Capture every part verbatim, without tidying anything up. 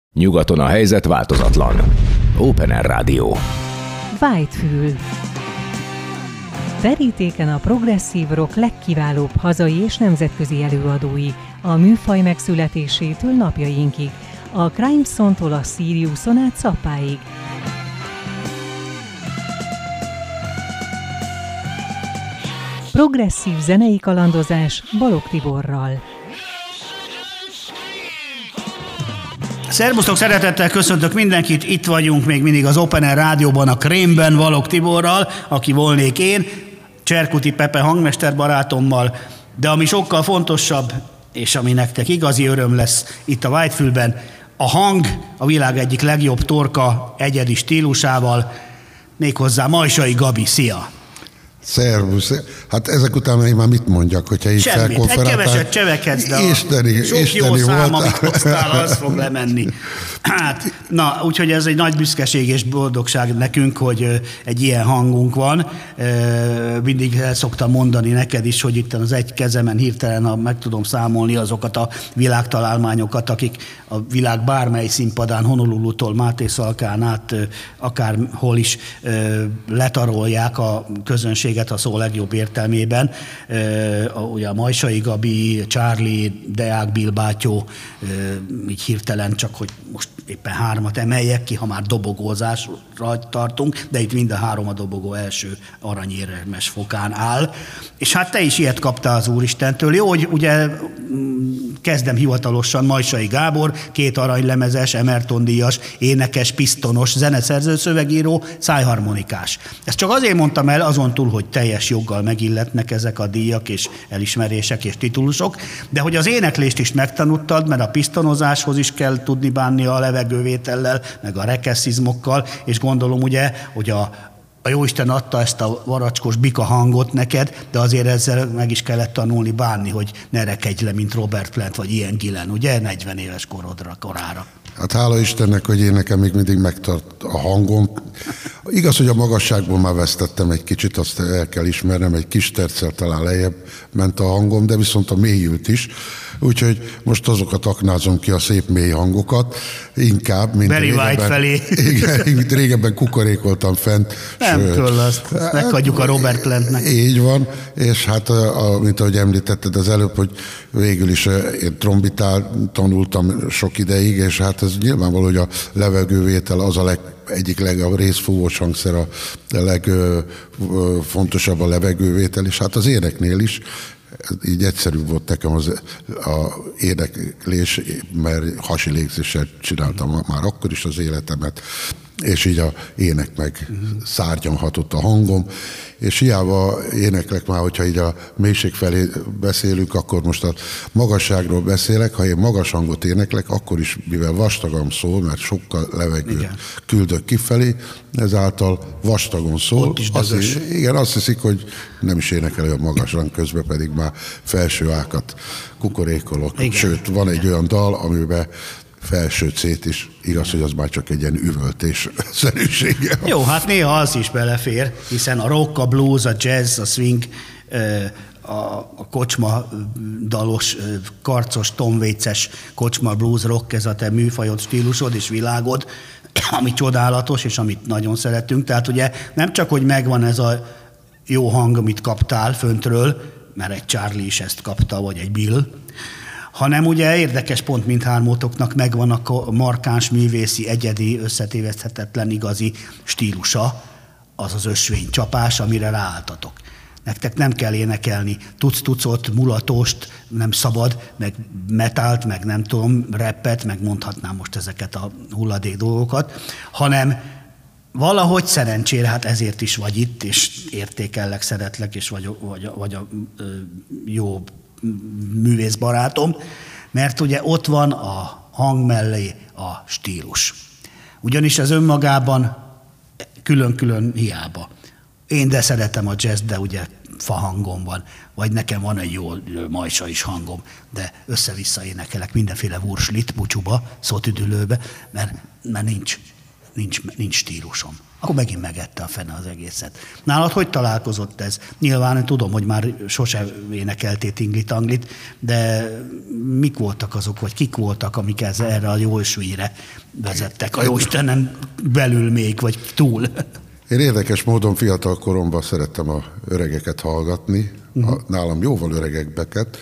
Nyugaton a helyzet változatlan. Open Air Rádió. Whitefül. Verítéken a progresszív rock legkiválóbb hazai és nemzetközi előadói, a műfaj megszületésétől napjainkig, a Crimeson-tól a Siriuson át Zappáig. Progresszív zenei kalandozás Balogh Tiborral. Szerbusztok, szeretettel köszöntök mindenkit, itt vagyunk még mindig az Open Air Rádióban, a Krémben Balogh Tiborral, aki volnék én, Cserkuti Pepe hangmester barátommal, de ami sokkal fontosabb, és ami nektek igazi öröm lesz itt a Whitefülben, a hang a világ egyik legjobb torka egyedi stílusával, méghozzá Majsai Gabi, szia! Szervusz. Hát ezek után én már mit mondjak, hogyha itt felkonferáltál? Semmit, egy keveset csevekedsz, de isteni, sok isteni jó szám, voltál. amit hoztál, az fog lemenni. Hát, na, úgyhogy ez egy nagy büszkeség és boldogság nekünk, hogy egy ilyen hangunk van. Mindig el szoktam mondani neked is, hogy itt az egy kezemen hirtelen meg tudom számolni azokat a világtalálmányokat, akik a világ bármely színpadán, Honolulutól Máté Szalkán át, akárhol is letarolják a közönség a szó legjobb értelmében. Ugye a Majsai Gabi, Charlie, Deák Bill bátyó, így hirtelen csak, hogy most éppen hármat emeljek ki, ha már dobogózásra tartunk, de itt mind a három a dobogó első aranyérmes fokán áll. És hát te is ilyet kaptál az Úristentől. Jó, hogy ugye kezdem hivatalosan, Majsai Gábor, két aranylemezes, Emerton díjas, énekes, pisztonos, zeneszerző, szövegíró, szájharmonikás. Ezt csak azért mondtam el, azon túl, hogy teljes joggal megilletnek ezek a díjak és elismerések és titulusok, de hogy az éneklést is megtanultad, mert a pisztonozáshoz is kell tudni bánni a levegővétellel, meg a rekesszizmokkal, és gondolom ugye, hogy a A Jóisten adta ezt a varacskos bika hangot neked, de azért ezzel meg is kellett tanulni bánni, hogy ne rekedj le, mint Robert Plant vagy Ian Gillan, ugye, negyven éves korodra, korára. Hát hála Istennek, hogy én nekem még mindig megtart a hangom. Igaz, hogy a magasságból már vesztettem egy kicsit, azt el kell ismernem, egy kis terccel talán lejjebb ment a hangom, de viszont a mélyült is. Úgyhogy most azokat aknázom ki, a szép mély hangokat, inkább, mint Barry White felé. Igen, mint régebben kukorékoltam fent. Nem sőt, kell, azt, azt meghagyjuk a Robert Plantnek. Így van, és hát, a, a, mint ahogy említetted az előbb, hogy végül is én trombitál tanultam sok ideig, és hát ez nyilvánvaló, hogy a levegővétel az a leg, egyik leg, a részfúvós hangszer, a legfontosabb a levegővétel, és hát az éneknél is. Így egyszerűbb volt nekem az a éneklés, mert hasi légzéssel csináltam már akkor is az életemet, és így a ének meg szárnyan hatott a hangom, és hiába éneklek már, hogyha így a mélység felé beszélünk, akkor most a magasságról beszélek, ha én magas hangot éneklek, akkor is, mivel vastagon szól, mert sokkal levegőt igen. küldök kifelé, ezáltal vastagon szól. Azt is, igen, azt hiszik, hogy nem is énekel olyan magasan, közben pedig már felső ákat kukorékolok. Igen. Sőt, van egy igen. olyan dal, amiben felső C-t is, igaz, hogy az már csak egy ilyen üvöltés-szerűsége. Jó, hát néha az is belefér, hiszen a rock, a blues, a jazz, a swing, a, a kocsma dalos, karcos, tomvéces kocsma blues rock, ez a te műfajod, stílusod és világod, ami csodálatos, és amit nagyon szeretünk. Tehát ugye nem csak, hogy megvan ez a jó hang, amit kaptál föntről, mert egy Charlie is ezt kapta, vagy egy Bill, hanem ugye érdekes pont mindhármótoknak megvan a markáns, művészi, egyedi, összetéveszthetetlen, igazi stílusa, az az ösvénycsapás, amire ráálltatok. Nektek nem kell énekelni tuc-tucot, mulatost, nem szabad, meg metált, meg nem tudom, rappet, meg mondhatnám most ezeket a hulladék dolgokat, hanem valahogy szerencsére, hát ezért is vagy itt, és értékellek, szeretlek, és vagy, vagy, vagy a ö, jó művészbarátom, mert ugye ott van a hang mellé a stílus. Ugyanis az önmagában külön-külön hiába. Én de szeretem a jazz, de ugye fa hangom van, vagy nekem van egy jó majsa is hangom, de össze-vissza énekelek mindenféle vurslit, bucsuba, szótüdülőbe, mert, mert nincs. nincs, nincs stílusom. Akkor megint megette a fene az egészet. Nálad hogy találkozott ez? Nyilván tudom, hogy már sose énekeltél tinglit-anglit, de mik voltak azok, vagy kik voltak, amik ez, erre a jósúlyre vezettek? A jóistenen belül még, vagy túl? Én érdekes módon fiatal koromban szerettem a öregeket hallgatni, uh-huh. a, nálam jóval öregebbeket.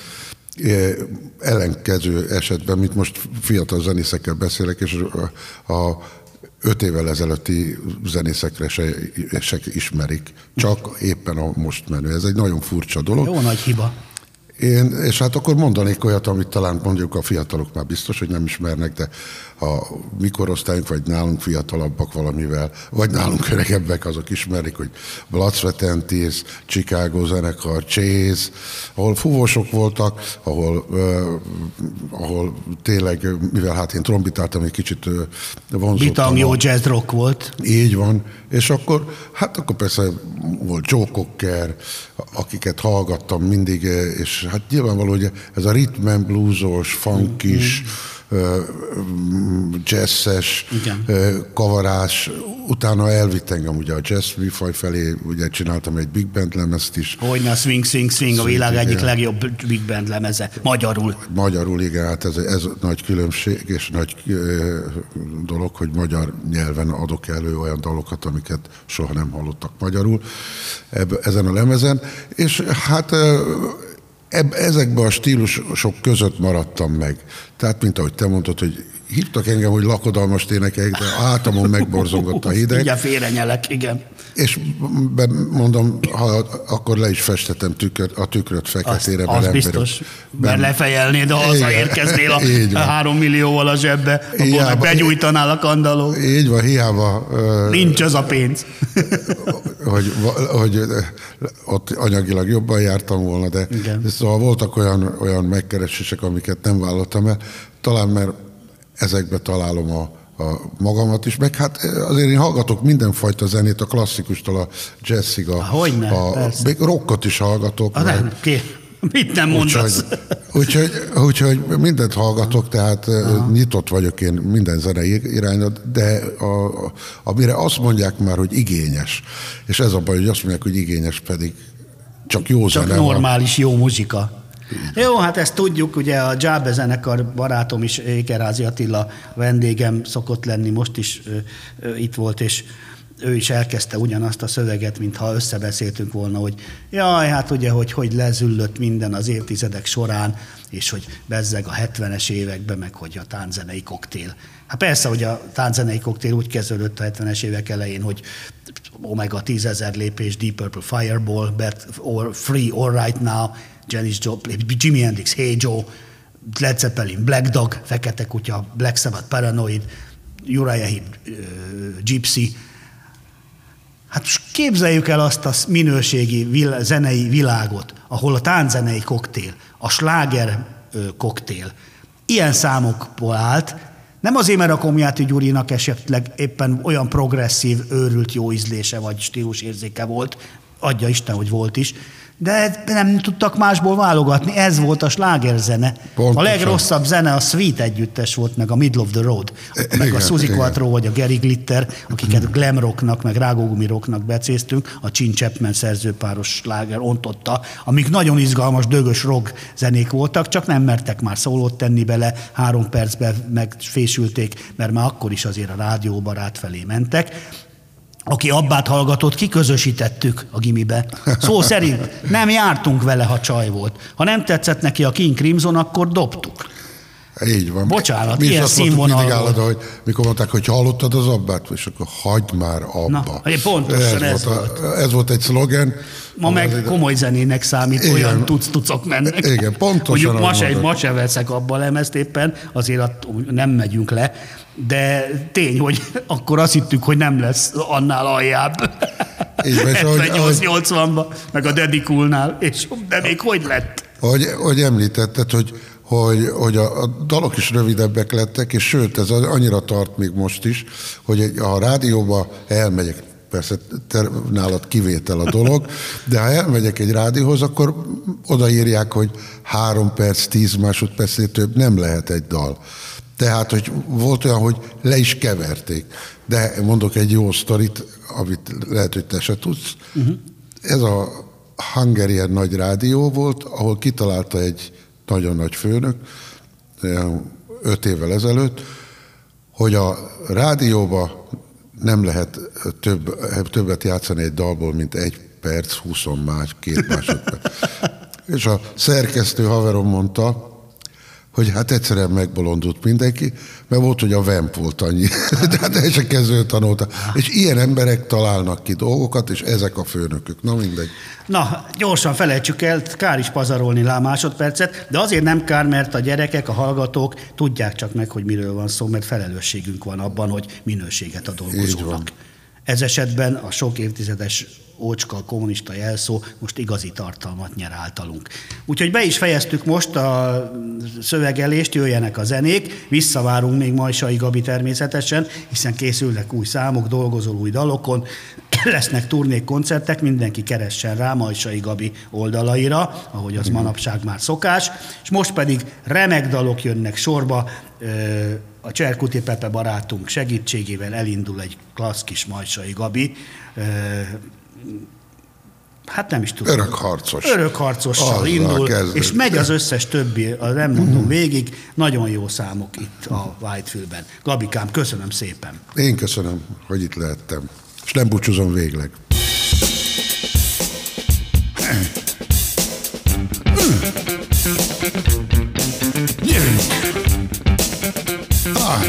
Ellenkező esetben, mint most fiatal zenészekkel beszélek, és a, a öt évvel ezelőtti zenészekre se, se ismerik, csak éppen a most menő. Ez egy nagyon furcsa dolog. Jó nagy hiba. Én, és hát akkor mondanék olyat, amit talán mondjuk a fiatalok már biztos, hogy nem ismernek, de a mi korosztályunk, vagy nálunk fiatalabbak valamivel, vagy nálunk öregebbek, azok ismerik, hogy Blood, Sweat and Tears, Chicago zenekar, Chase, ahol fúvósok voltak, ahol, uh, ahol tényleg, mivel hát én trombitáltam, egy kicsit uh, vonzottam. Bitang jó jazz rock volt. Így van. És akkor, hát akkor persze volt Joe Cocker, akiket hallgattam mindig, és hát nyilvánvaló, hogy ez a rhythm and bluesos, funkis, mm-hmm. jazzes, igen. kavarás, utána elvitt engem ugye a jazz műfaj felé, ugye csináltam egy big band lemezt is. Hogyne, swing, swing, swing, a világ igen. egyik legjobb big band lemeze, magyarul. Magyarul, igen, hát ez, ez nagy különbség és nagy dolog, hogy magyar nyelven adok elő olyan dalokat, amiket soha nem hallottak magyarul eb, ezen a lemezen, és hát eb, ezekben a stílusok között maradtam meg. Tehát, mint ahogy te mondtad, hogy hívtak engem, hogy lakodalmast énekeljek, de hátamon megborzongott a hideg. Ugye félrenyelek, igen. És mondom, ha akkor le is festetem tükröt, a tükröt feketére. Az, az biztos, mert lefejelnéd, ha hazaérkeznél a három millióval a zsebbe, akkor meg begyújtanál a kandalló. Így van, hiába. Nincs az a pénz. hogy, hogy ott anyagilag jobban jártam volna, de igen. Szóval voltak olyan, olyan megkeresések, amiket nem vállaltam el. Talán mert ezekbe találom a, a magamat is, meg hát azért én hallgatok mindenfajta zenét, a klasszikustól a jazzig, a, Hogyne, a rockot is hallgatok. A nem, ki? Mit nem mondasz? Úgyhogy úgy, úgy, mindent hallgatok, tehát aha. nyitott vagyok én minden zenei irányra, de a, a, amire azt mondják már, hogy igényes, és ez a baj, hogy azt mondják, hogy igényes, pedig csak jó csak zene Csak normális, van. jó muzsika. Jó, hát ezt tudjuk, ugye a Dzsábe zenekar barátom is, Ékerázi Attila vendégem szokott lenni, most is ö, ö, itt volt, és ő is elkezdte ugyanazt a szöveget, mintha összebeszéltünk volna, hogy jaj, hát ugye, hogy, hogy lezüllött minden az évtizedek során, és hogy bezzeg a hetvenes években, meg hogy a tánczenei koktél. Hát persze, hogy a tánczenei koktél úgy kezdődött a hetvenes évek elején, hogy Omega tízezer lépés, Deep Purple Fireball, Bert, or Free, All Right Now, Janis Joplin, Jimi Hendrix, Hey Joe, Led Zeppelin, Black Dog, Fekete Kutya, Black Sabbath, Paranoid, Uriah Heep, uh, Gypsy. Hát képzeljük el azt a minőségi vil- zenei világot, ahol a tánczenei koktél, a sláger uh, koktél ilyen számokból állt, nem azért, mert a Komjáti Gyurinak esetleg éppen olyan progresszív, őrült jó ízlése vagy stílusérzéke volt, adja Isten, hogy volt is, de nem tudtak másból válogatni, ez volt a slágerzene. Pontosan. A legrosszabb zene a Sweet együttes volt, meg a Middle of the Road, meg igen, a Suzy Quattro vagy a Gary Glitter, akiket glam rocknak, meg rágógumi rocknak becéztünk, a Gene Chapman szerzőpáros sláger ontotta, amik nagyon izgalmas, dögös rock zenék voltak, csak nem mertek már szólót tenni bele, három percben megfésülték, mert már akkor is azért a rádióbarát felé mentek. Aki Abbát hallgatott, kiközösítettük a gimibe. Szó szerint nem jártunk vele, ha csaj volt. Ha nem tetszett neki a King Crimson, akkor dobtuk. Így van. Bocsánat, mi ilyen színvonal volt. Hogy mikor mondták, hogy hallottad az Abbát, és akkor hagyd már abba. Na, pontosan ez, ez volt. A, ez volt egy szlogen. Ma meg ide... komoly zenének számít, igen, olyan tuc-tucok mennek. Igen, pontosan. Mondjuk ma se, ma se veszek abba a lemezt éppen, azért nem megyünk le, de tény, hogy akkor azt hittük, hogy nem lesz annál aljább. hetvennyolc nyolcvanban, meg a Daddy Coolnál, és de még hogy lett? Hogy, hogy említetted, hogy hogy, hogy a, a dalok is rövidebbek lettek, és sőt, ez annyira tart még most is, hogy a rádióba elmegyek, persze te, nálad kivétel a dolog, de ha elmegyek egy rádióhoz, akkor odaírják, hogy három perc, tíz másodpercnél több nem lehet egy dal. Tehát, hogy volt olyan, hogy le is keverték. De mondok egy jó sztorit, amit lehet, hogy te se tudsz. Uh-huh. Ez a Hungarian nagy rádió volt, ahol kitalálta egy nagyon nagy főnök, öt évvel ezelőtt, hogy a rádióba nem lehet több, többet játszani egy dalból, mint egy perc, húsz más, két másodperc. És a szerkesztő haverom mondta, hogy hát egyszerűen megbolondult mindenki, mert volt, hogy a Vamp volt annyi. Tehát el se kezdő tanulta. És ilyen emberek találnak ki dolgokat, és ezek a főnökök. Na mindegy. Na, gyorsan felejtsük el, kár is pazarolni lá másodpercet, de azért nem kár, mert a gyerekek, a hallgatók tudják csak meg, hogy miről van szó, mert felelősségünk van abban, hogy minőséget a dolgozónak. Ez esetben a sok évtizedes ócska, kommunista jelszó most igazi tartalmat nyer általunk. Úgyhogy be is fejeztük most a szövegelést, jöjjenek a zenék, visszavárunk még Majsai Gabi természetesen, hiszen készülnek új számok, dolgozol új dalokon, lesznek turnék, koncertek, mindenki keressen rá Majsai Gabi oldalaira, ahogy az manapság már szokás, és most pedig remek dalok jönnek sorba, a Cserkuti Pepe barátunk segítségével elindul egy klassz kis Majsai Gabi, hát nem is tudom. Örökharcos. Örökharcossal azzal indul, kezdődik. És megy az összes többi, nem mondom végig, nagyon jó számok itt a Whitefield-ben. Gabikám, köszönöm szépen. Én köszönöm, hogy itt lehettem. És nem búcsúzom végleg. Gyerünk! Ah.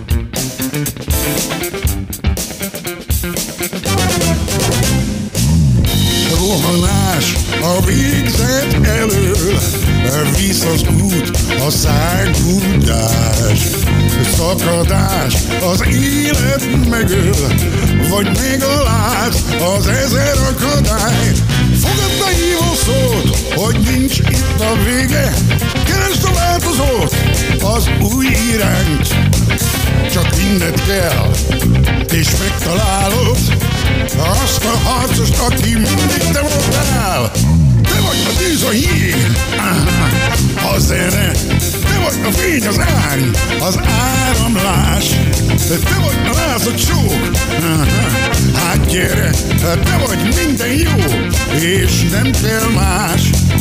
Rohanás a végzet elől, visz az út, a száguldás, szakadás, az élet megöl, vagy megaláz az ezer akadály. Fogadd a hívó szót, hogy nincs itt a vége, keresd a változót, az új irányt. Csak inned kell, és megtalálod azt a harcost, aki mindig te voltál. Te vagy a tűz, a jég, a zene, te vagy a fény, az árny, az áramlás. Te vagy a láz, a csók, hát gyere, te vagy minden jó, és nem kell más.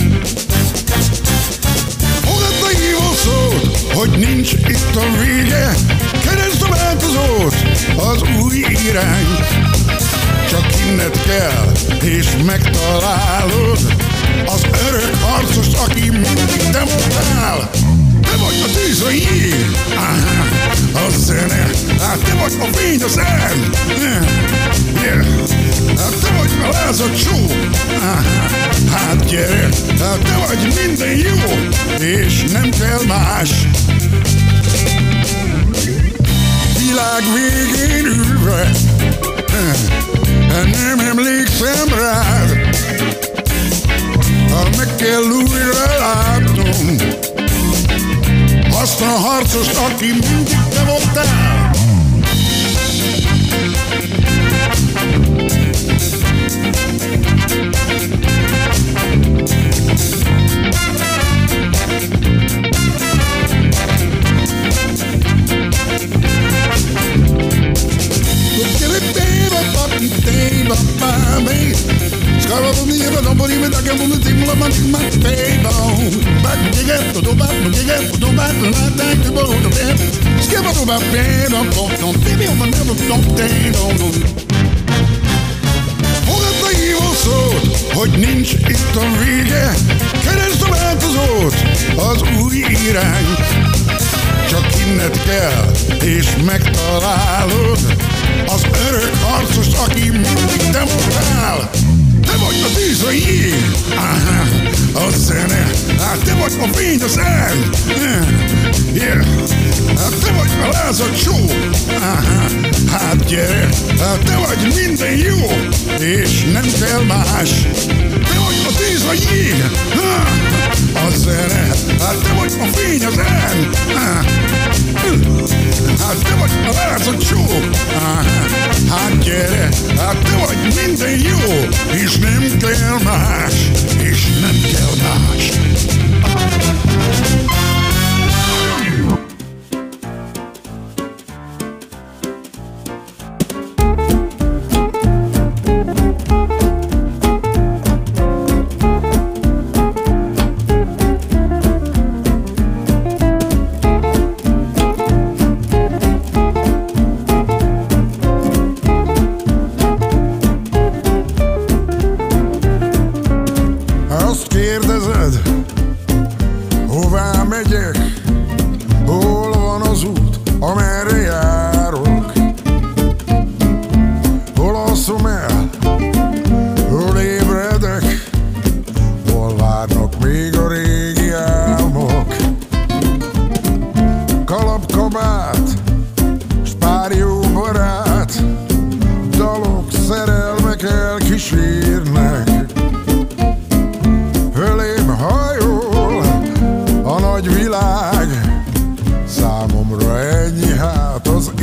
Fogadd a hívó szót, hogy nincs itt a vége, keresd a változót, az új irányt. Csak inned kell, és megtalálod az örök harcost, aki mindig te voltál. Te vagy a tűz, a jég, a zene, te vagy a fény, az árny, yeah. Te vagy a láz, a csók, hát gyere, te vagy minden jó, és nem kell más. Világ végén ülve, nem emlékszem rád, meg kell újra látnom azt a harcost, aki mindig te voltál. Fogadd a hívó szót, hogy nincs itt a vége, keresd a változót, az új irányt. Csak inned kell, és megtalálod az örök harcost, aki mindig te voltál. Te vagy a tűz, a jég, a zene, te vagy a fény, az árny, yeah. Te vagy a láz, a csók, hát gyere, te vagy minden jó, és nem kell más. Te vagy a tűz, a jég, a zene, te vagy a fény, az árny, hát te vagy a láz, a csók, hát gyere, te vagy minden jó, és nem kell más, és nem kell más.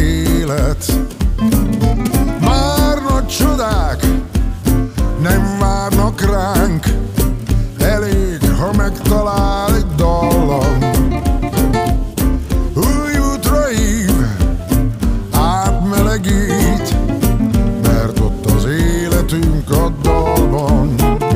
élet. Már nagy csodák nem várnak ránk, elég, ha megtalál egy dallam. Új útra hív, átmelegít, mert ott az életünk a dalban.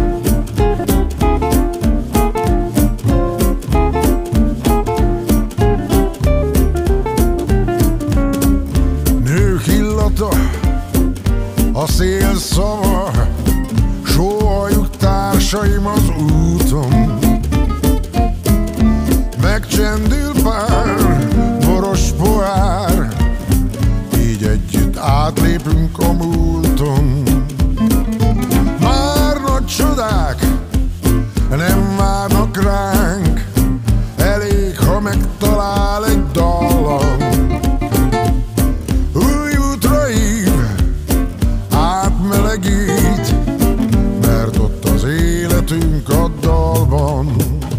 Nők illata, a szél szava, sóhajjuk társaim az úton. Megcsendül pár boros pohár, így együtt átlépünk a múlton. Már nagy csodák nem várnak ránk, elég, ha megtalál egy dallam. Új útra hív, átmelegít, mert ott az életünk a dalban.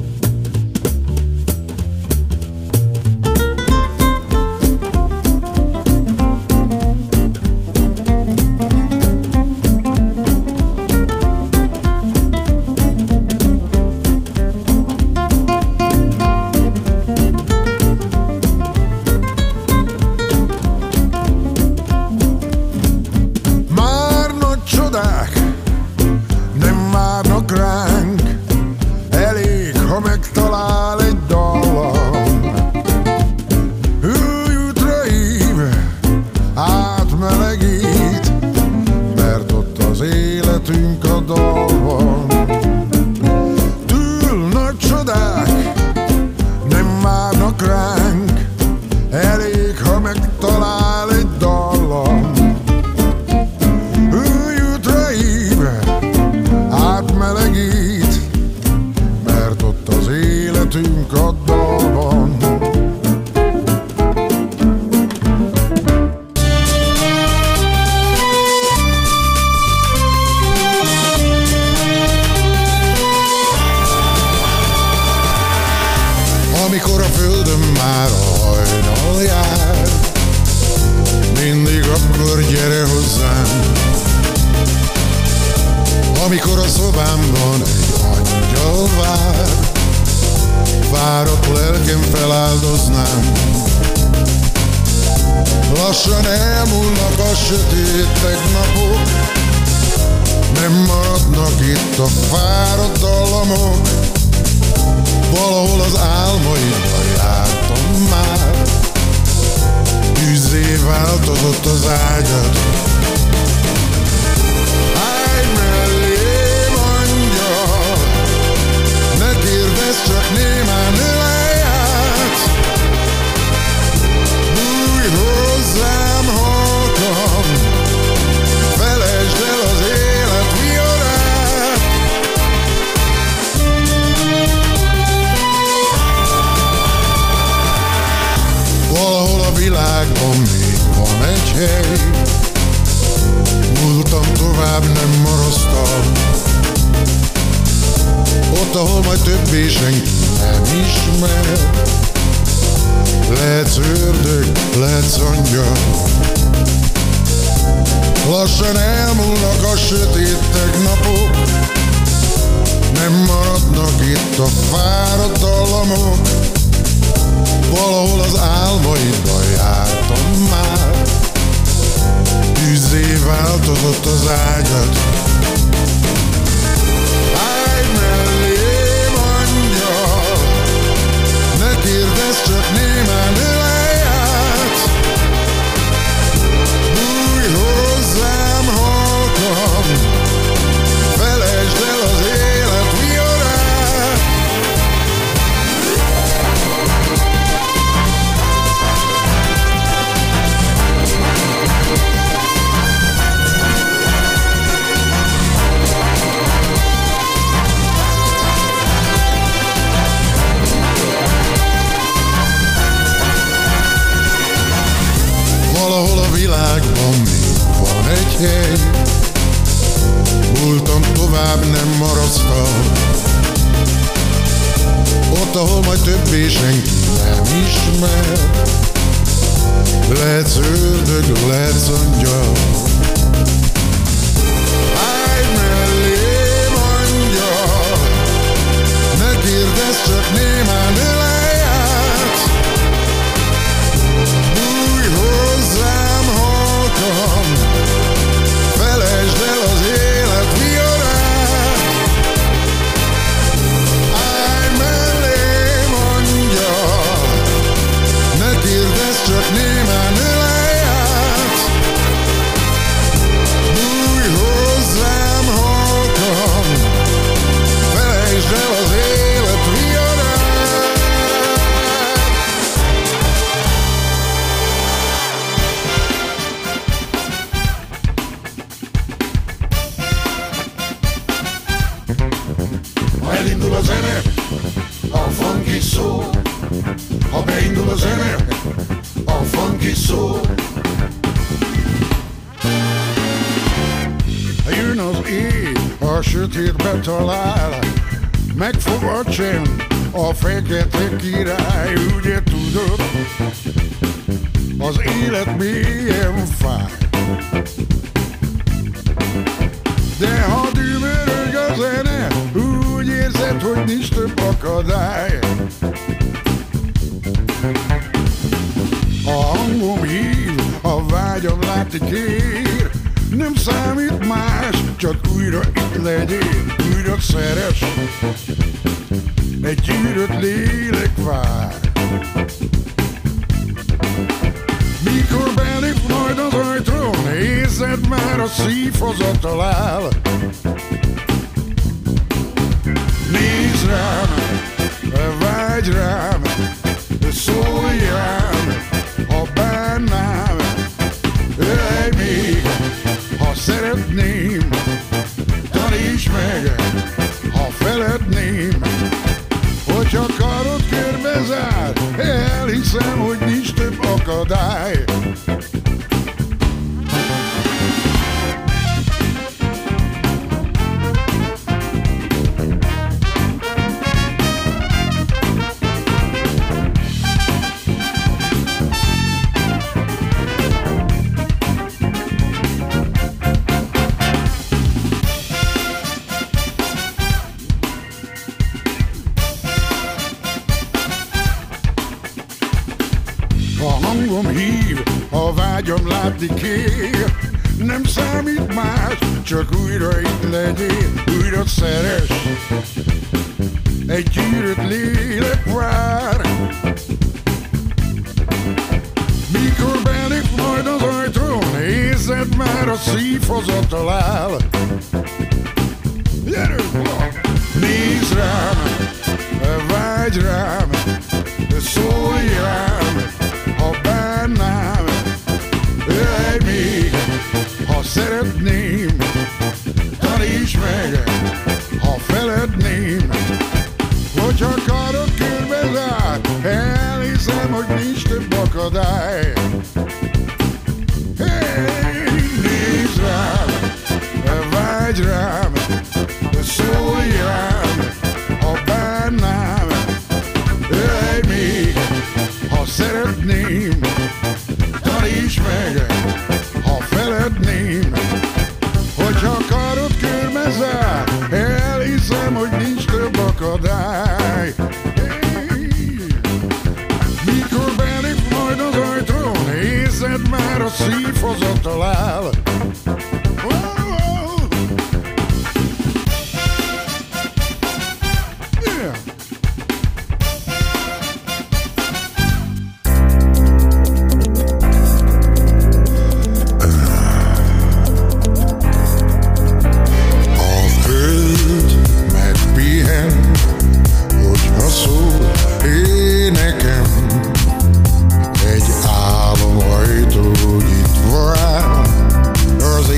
Nem várnak ránk, elég, ha megtalál egy dallam. Új útra hív, átmelegít, mert ott az életünk a dalban. Túl nagy csodák nem várnak ránk, elég, ha megtalál egy dallam. Átmelegít, mert ott az életünk a dalban. Amikor a földön már a hajnal jár, mindig akkor gyere hozzám. Amikor a szobámban egy angyal vár, fáradt lelkem feláldoznám. Lassan elmúlnak a sötétek napok, nem maradnak itt a fáradt dallamok. Valahol az álmaidban jártam már, tűzzé változott az ágyad. Kérdezz csak némán öleját, bújj hozzám halkan, felejtsd el az élet viorát. Valahol a világban még van egy hely, múltam tovább, nem marasztal. Ott, ahol majd többé senki nem ismer. Lehetsz ördög, lehetsz angyal. Lassan elmúlnak a sötétek napok, nem maradnak itt a fáradt dallamok. Valahol az álmaidban jártam már, tűzzé változott az ágyad. Kérdezz csak némán öleját, bújj hozzám halkan, felejtsd el az élet viorát. Valahol a világban még van egy hely, múltam tovább, nem marasztal. Ott, ahol majd többé senki nem ismer. Lehetsz ördög, lehetsz angyal. Állj mellém, angyal, ne kérdezz, csak némán ölelj át. Bújj hozzám halkan, felejtsd el az élet viharát. Állj mellém, angyal, ne kérdezz, csak némán ölelj át. Bújj hozzám halkan, felejtsd el az élet viharát. Ha elindul a zene, a funky szó. Ha beindul a zene, a funky szó. Jön az éj, a sötétbe talál, megfog a csend, a fekete király. Ugye tudod, az élet mélyen fáj. De ha dübörög a zene, úgy érzed, hogy nincs több akadály. A hangom hív, a vágyam látni kér. Nem számít más, csak újra itt legyél, újra szeres. Egy gyűrött lélek vár. Mikor belép majd az ajtón, érzed már a szív hazatalál. Nézd rám, vágyj rám, szóljám, ha bánnám. Ölelj még, ha szeretném, taníts meg, ha feledném. Hogyha karod körbe zár, elhiszem, hogy nincs több akadály. A hangom hív, a vágyam látni kér. Nem számít más, csak újra itt legyél, újra szeres. Egy gyűrött lélek vár. Mikor belép majd az ajtón, érzed már a szív hazatalál. Gyerünk! Nézd rám, vágyj rám, szólj rám, ha bánnám. Ölelj még, ha szeretném, taníts meg, ha feledném. Hogyha karod körbe zár, elhiszem, hogy nincs több akadály. Hey, nézd rám, vágyj rám, szólj rám, ha bánnám. Ölelj még, ha szeretném, taníts meg, ha feledném. Hogyha karod körbe zár, elhiszem, hogy nincs több akadály. Hey. Mikor belép majd az ajtón, érzed már a szív hazatalál. Oh. Yeah. Egy álom hajtó itt vár, az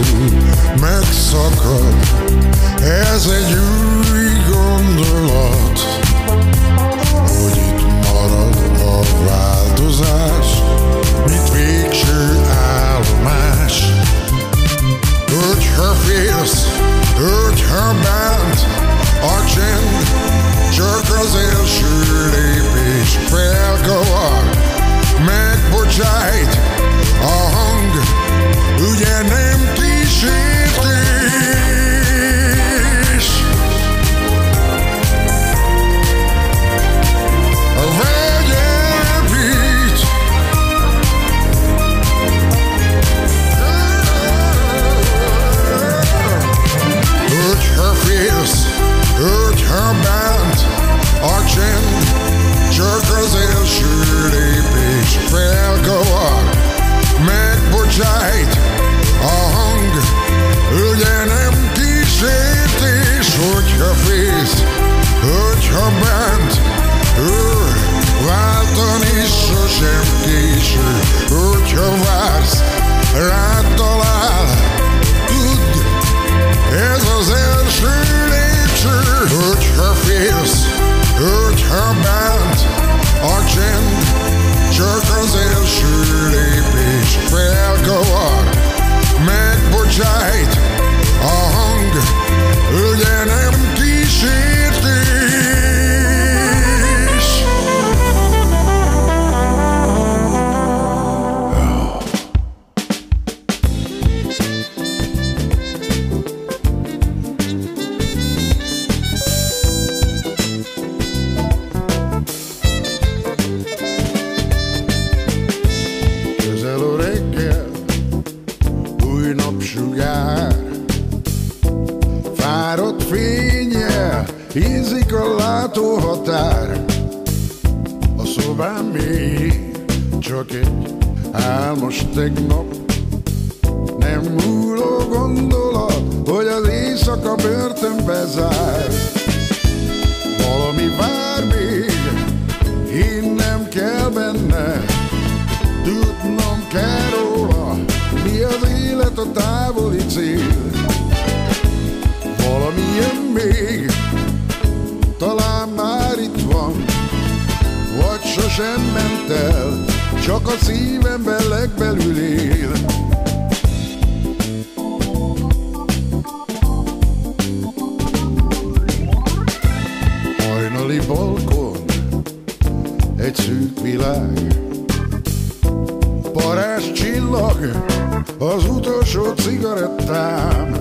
megszakad. Ez egy új gondolat, hogy itt marad a változás, mint végső állomás. Hogyha félsz, hogyha bánt a csend, csak az első lépés felkavar, megbocsájt a hang, ugye nem kísértés. Vegyelpít, hogyha félsz, hogyha bánt a csend, csak az első lépés felkavar, megbocsájt a hang, ugye nem kísértés. Hogyha félsz, hogyha bánt, ő, váltani sosem késő. Hogyha vársz, rád talál, tudd, ez az első lépcső. Hogyha félsz, hogyha bánt a csend, csak az első lépés felkavar, megbocsájt a hang, ugye nem kísértés. Közel a reggel, új napsugár, fáradt fénnyel hízik a látóhatár. A szobám még csak egy álmos tegnap, nem múló gondolat, hogy az éjszaka börtönbe zár. Valami vár még, hinnem kell benne, tudnom kell róla, mi az élet, a távoli cél. Valami jön még, talán már itt van, vagy sosem ment el, csak a szívemben legbelül él. Hajnali balkon, egy szűk világ, parázs csillag, az utolsó cigarettám.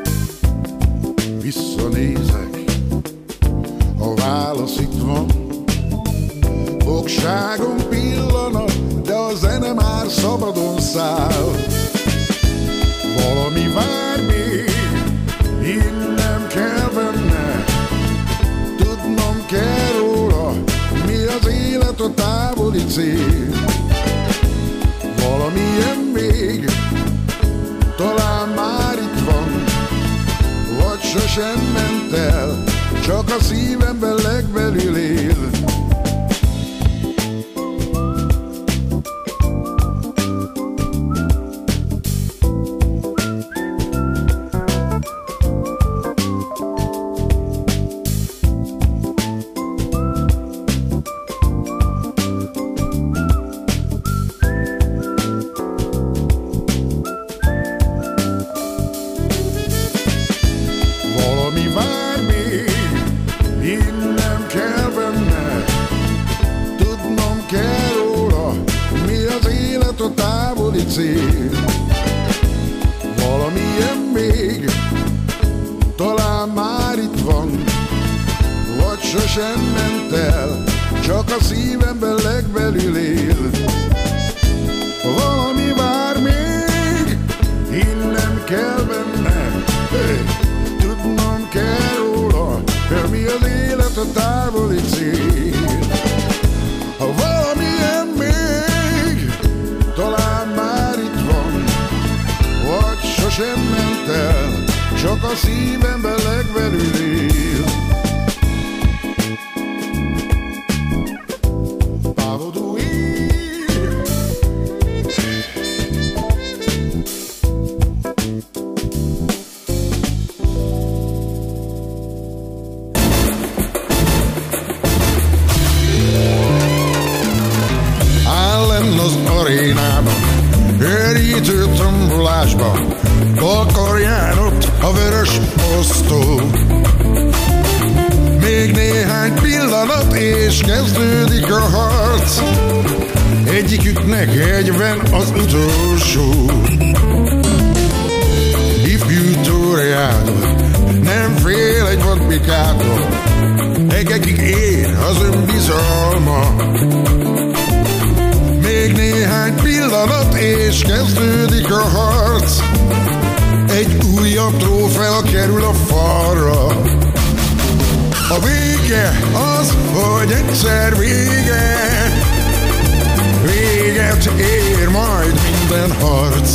Visszanézek, a válasz itt van, fogságon pillanat, de a zene már szabadon száll. Valami vár még, hinnem kell benne, tudnom kell róla, mi az élet, a távoli cél. Valami jön még, talán már itt van, vagy sosem ment el, csak a szívemben legbelül él. Valami vár még, hinnem kell benne, tudnom kell róla, mi az élet, a távoli cél. Valami jön még, talán már itt van, vagy sosem ment el, csak a szívemben legbelül él. Valami vár még, hinnem kell benne, hey, tudnom kell róla, mi az élet, a távoli cél. Ha valami jön még, talán már itt van, vagy sosem ment el, csak a szívemben legbelül él. a vörös osztó. Még néhány pillanat és kezdődik a harc, egyiküknek egyben az utolsó. Ifjú Tóreától nem fél egy vadbikától, egekig ér az önbizalma. Még néhány pillanat és kezdődik a harc, egy újabb trófea kerül a falra. A vége az, hogy egyszer vége, véget ér majd minden harc.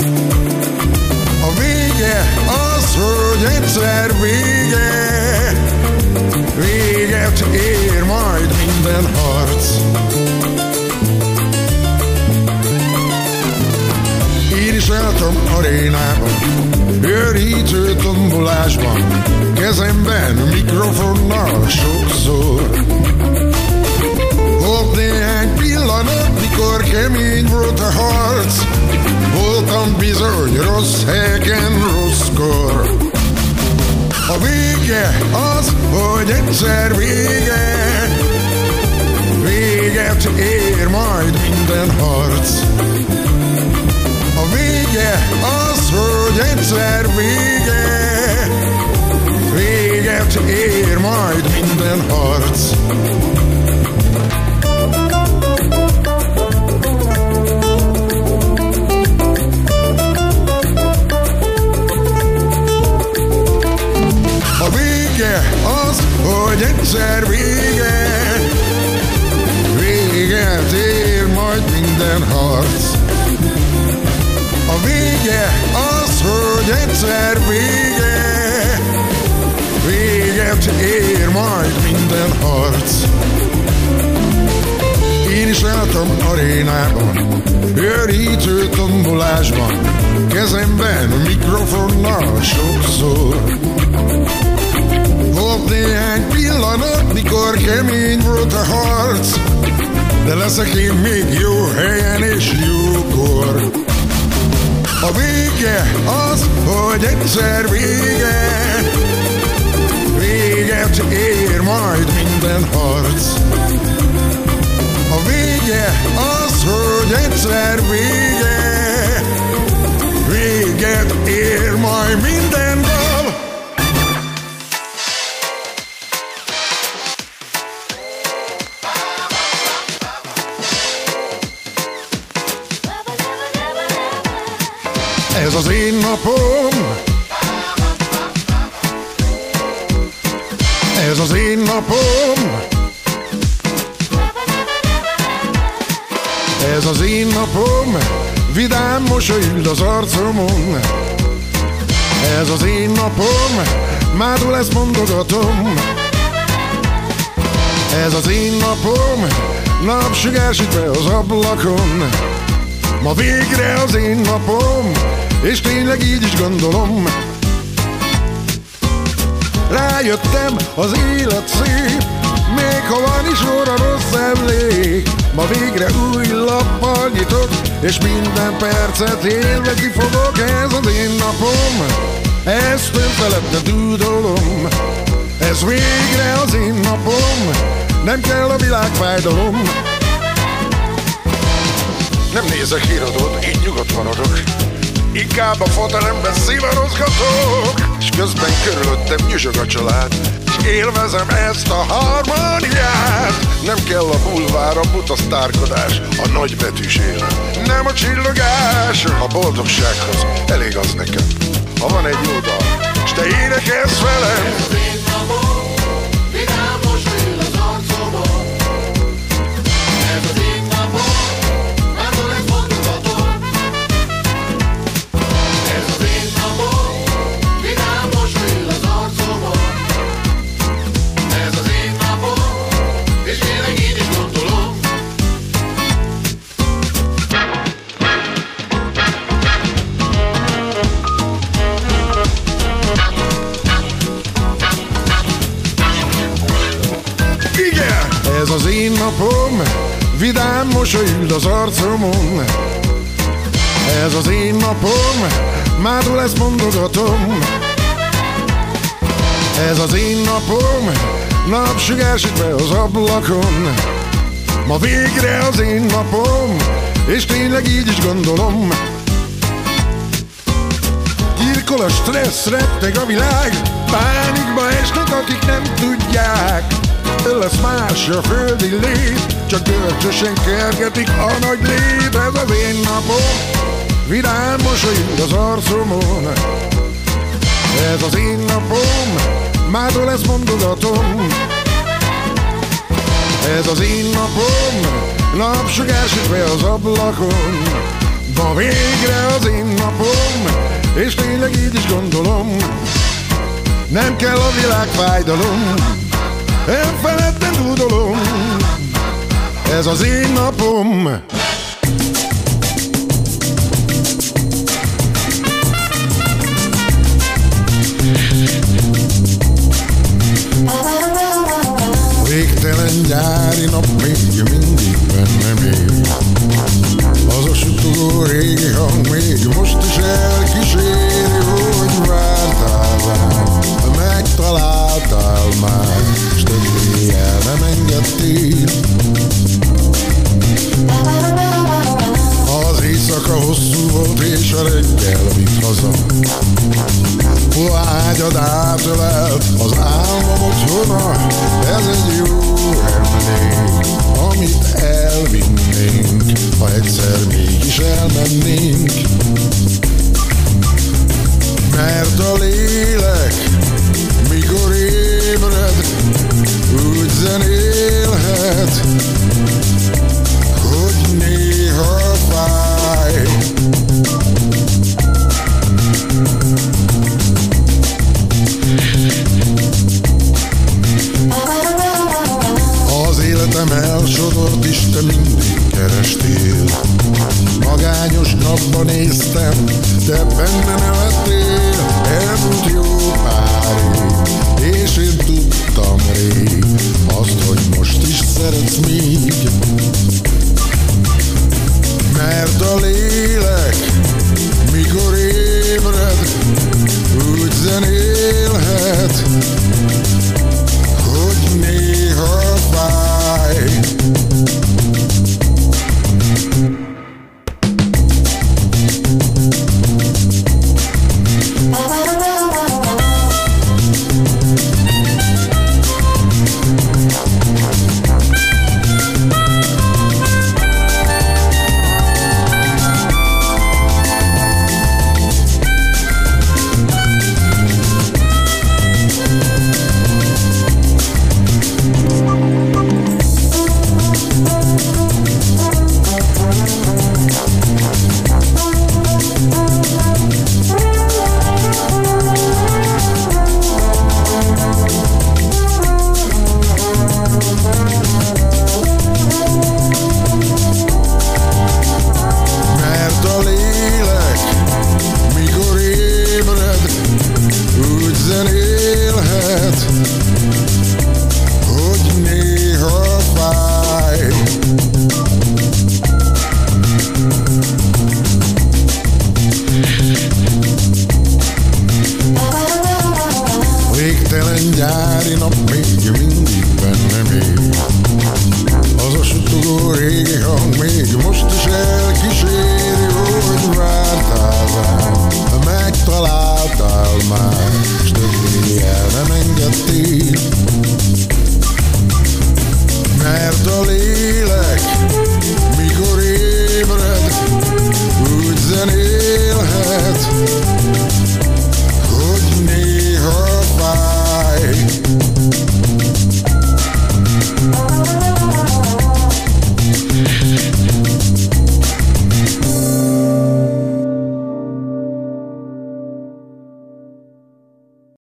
A vége az, hogy egyszer vége, véget ér majd minden harc. Én is álltam arénában, őrítő tombolásban, kezemben mikrofonnal sokszor. Volt néhány pillanat, mikor kemény volt a harc, voltam bizony rossz helyeken rosszkor. A vége az, hogy egyszer vége, véget ér majd minden harc. A vége az, hogy egyszer vége, véget ér majd minden harc. A vége az, hogy egyszer vége, véget ér majd minden harc. A vége az, hogy egyszer vége, véget ér majd minden harc. Én is álltam arénában, őrítő tombolásban, kezemben mikrofonnal sokszor. Volt néhány pillanat, mikor kemény volt a harc, de leszek én még jó helyen és jókor. A vége az, hogy egyszer vége, véget ér majd minden harc. A vége az, hogy egyszer vége, véget ér majd minden dal. Ez az én napom, ez az én napom, ez az én napom, vidám mosoly ül az arcomon. Ez az én napom, mádul ezt mondogatom. Ez az én napom, napsugár süt be az ablakon. Ma végre az én napom, és tényleg így is gondolom. Rájöttem, az élet szép, még ha van is óra rossz emlék. Ma végre új lappal nyitok, és minden percet élvezni fogok. Ez az én napom, ezt ön felette dúdolom. Ez végre az én napom, nem kell a világ fájdalom. Nem nézek híradót, így nyugodt maradok, inkább a fotelemben szivarozgatok, és közben körülöttem nyüzsög a család, és élvezem ezt a harmóniát. Nem kell a bulvár, a buta sztárkodás, a nagybetűs élet, nem a csillogás. A boldogsághoz elég az nekem, ha van egy jó dal, és te énekelsz velem. Ez az én napom, vidám mosoly ül az arcomon. Ez az én napom, mádul ezt mondogatom. Ez az én napom, napsugár süt be az ablakon. Ma végre az én napom, és tényleg így is gondolom. Kirkol a stressz, retteg a világ, pánikba esnek, akik nem tudják. Ő lesz más a földi lét, csak görcsösen kergetik a nagy lét. Ez az én napom, vidám mosolyog az arcomon. Ez az én napom, mától lesz mondogatom. Ez az én napom, napsugár süt be az ablakon. Ma végre az én napom, és tényleg így is gondolom. Nem kell a világ fájdalom, elfeledten dúdolom. Ez az én napom. Végtelen nyári nap még mindig bennem él. Az a sütogó régi hang még most is elkíséri, hogy vártál rám, megtaláltál már, s többé el nem engedtél. Az éjszaka hosszú volt és a reggel vitt haza. Ágyad átölelt az álmom otthona. Ez egy jó emlék, amit elvinnénk, ha egyszer mégis elmennénk. Mert a lélek, mikor ébred, úgy zenélhet,